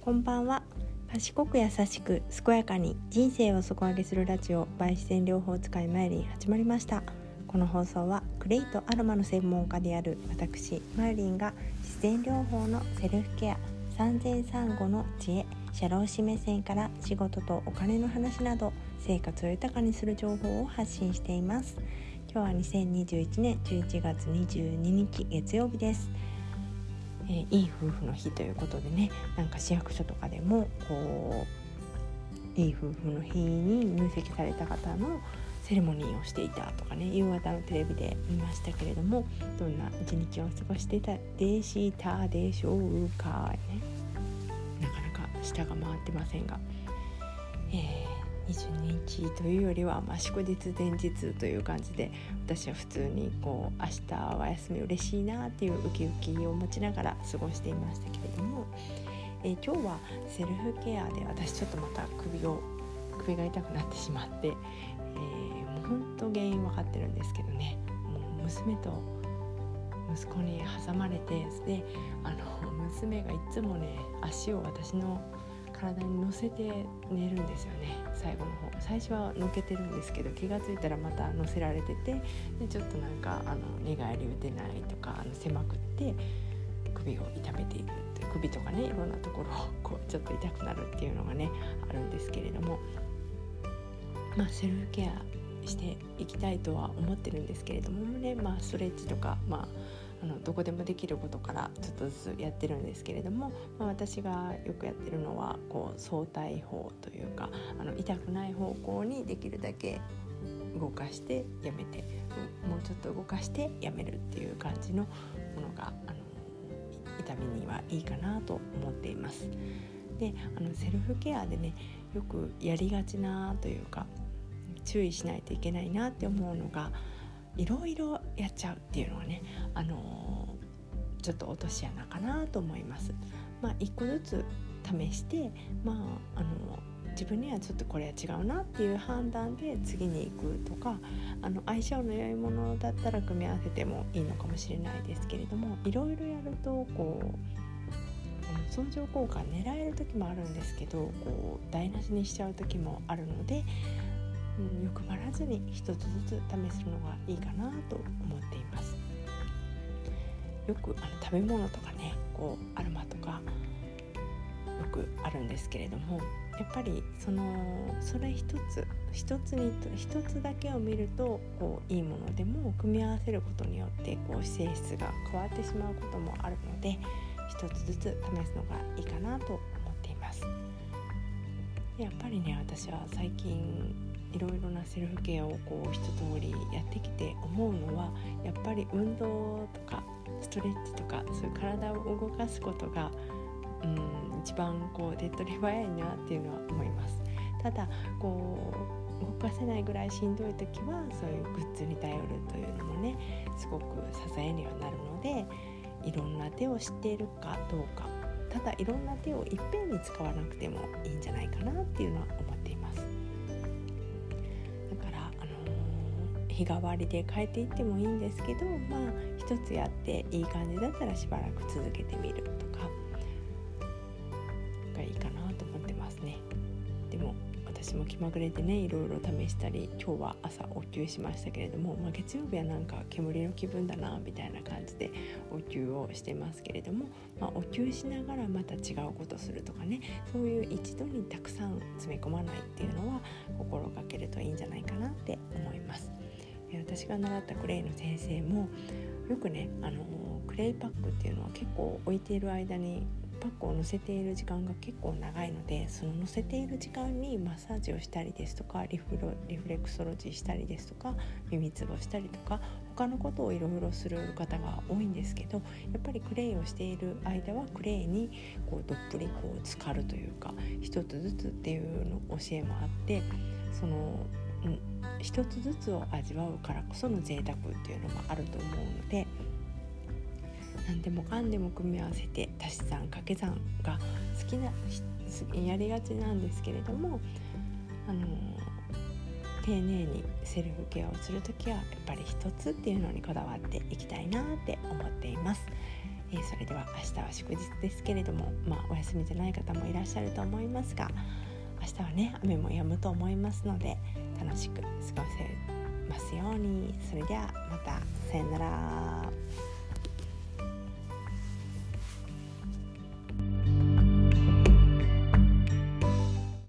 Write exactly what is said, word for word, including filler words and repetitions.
こんばんは。賢く優しく健やかに人生を底上げするラジオ by 自然療法使いマイリン始まりました。この放送はクレイとアロマの専門家である私マイリンが自然療法のセルフケア、産前産後の知恵、社労士目線から仕事とお金の話など生活を豊かにする情報を発信しています。今日はにせんにじゅういちねんじゅういちがつにじゅうににち月曜日です。えー、いい夫婦の日ということでね、なんか市役所とかでもこういい夫婦の日に入籍された方のセレモニーをしていたとかね、夕方のテレビで見ましたけれども、どんな一日を過ごしていたでしたでしょうかね。なかなか舌が回ってませんが、えーにじゅうににちというよりは、まあ、祝日前日という感じで、私は普通にこう明日は休み嬉しいなっていうウキウキを持ちながら過ごしていましたけれども、えー、今日はセルフケアで私ちょっとまた首を首が痛くなってしまって、えー、もう本当原因分かってるんですけどね、もう娘と息子に挟まれて、であの娘がいつもね足を私の体に乗せて寝るんですよね。最後の方、最初は乗っけてるんですけど、気がついたらまた乗せられてて、でちょっとなんかあの寝返り打てないとか、あの狭くって首を痛めている、首とかね、いろんなところをこうちょっと痛くなるっていうのがねあるんですけれども、まあセルフケアしていきたいとは思ってるんですけれどもね、まあストレッチとか、まああのどこでもできることからちょっとずつやってるんですけれども、まあ、私がよくやってるのはこう相対法というか、あの痛くない方向にできるだけ動かしてやめて、もうちょっと動かしてやめるっていう感じのものがあの痛みにはいいかなと思っています。で、あのセルフケアでね、よくやりがちなというか注意しないといけないなって思うのが、いろいろやっちゃうっていうのはね、あのー、ちょっと落とし穴かなと思います。まあ一個ずつ試して、まああのー、自分にはちょっとこれは違うなっていう判断で次に行くとか、あの相性の良いものだったら組み合わせてもいいのかもしれないですけれども、いろいろやるとこう相乗効果狙える時もあるんですけど、こう台無しにしちゃう時もあるので、欲張らずに一つずつ試すのがいいかなと思っています。よくあの食べ物とかね、こうアロマとかよくあるんですけれども、やっぱりそのそれ一つ一つに一つだけを見るとこういいものでも、組み合わせることによってこう性質が変わってしまうこともあるので、一つずつ試すのがいいかなと思っています。やっぱりね、私は最近いろいろなセルフケアをこう一通りやってきて思うのは、やっぱり運動とかストレッチとか、そういう体を動かすことがうん一番こう手っ取り早いなっていうのは思います。ただこう動かせないぐらいしんどい時は、そういうグッズに頼るというのもね、すごく支えにはなるので、いろんな手を知っているかどうか、ただいろんな手をいっぺんに使わなくてもいいんじゃないかなっていうのは思っています。日替わりで変えていってもいいんですけど、まあ一つやっていい感じだったらしばらく続けてみるとかがいいかなと思ってますね。でも私も気まぐれでね、いろいろ試したり、今日は朝お灸しましたけれども、まあ、月曜日はなんか煙の気分だなみたいな感じでお灸をしてますけれども、まあ、お灸しながらまた違うことするとかね、そういう一度にたくさん詰め込まないっていうのは心がけるといいんじゃないかなって思います。私が習ったクレイの先生もよくね、あのクレイパックっていうのは結構置いている間にパックを乗せている時間が結構長いので、その乗せている時間にマッサージをしたりですとか、リフロ、リフレクソロジーしたりですとか、耳つぼしたりとか、他のことをいろいろする方が多いんですけど、やっぱりクレイをしている間はクレイにこうどっぷりこう浸かるというか、一つずつっていうの教えもあって、そのうん、一つずつを味わうからこその贅沢っていうのもあると思うので、何でもかんでも組み合わせて足し算掛け算が好きなやりがちなんですけれども、あの丁寧にセルフケアをするときはやっぱり一つっていうのにこだわっていきたいなって思っています。 えー、それでは明日は祝日ですけれども、まあ、お休みじゃない方もいらっしゃると思いますが、明日はね雨も止むと思いますので楽しく過ごせますように。それではまた、さよなら。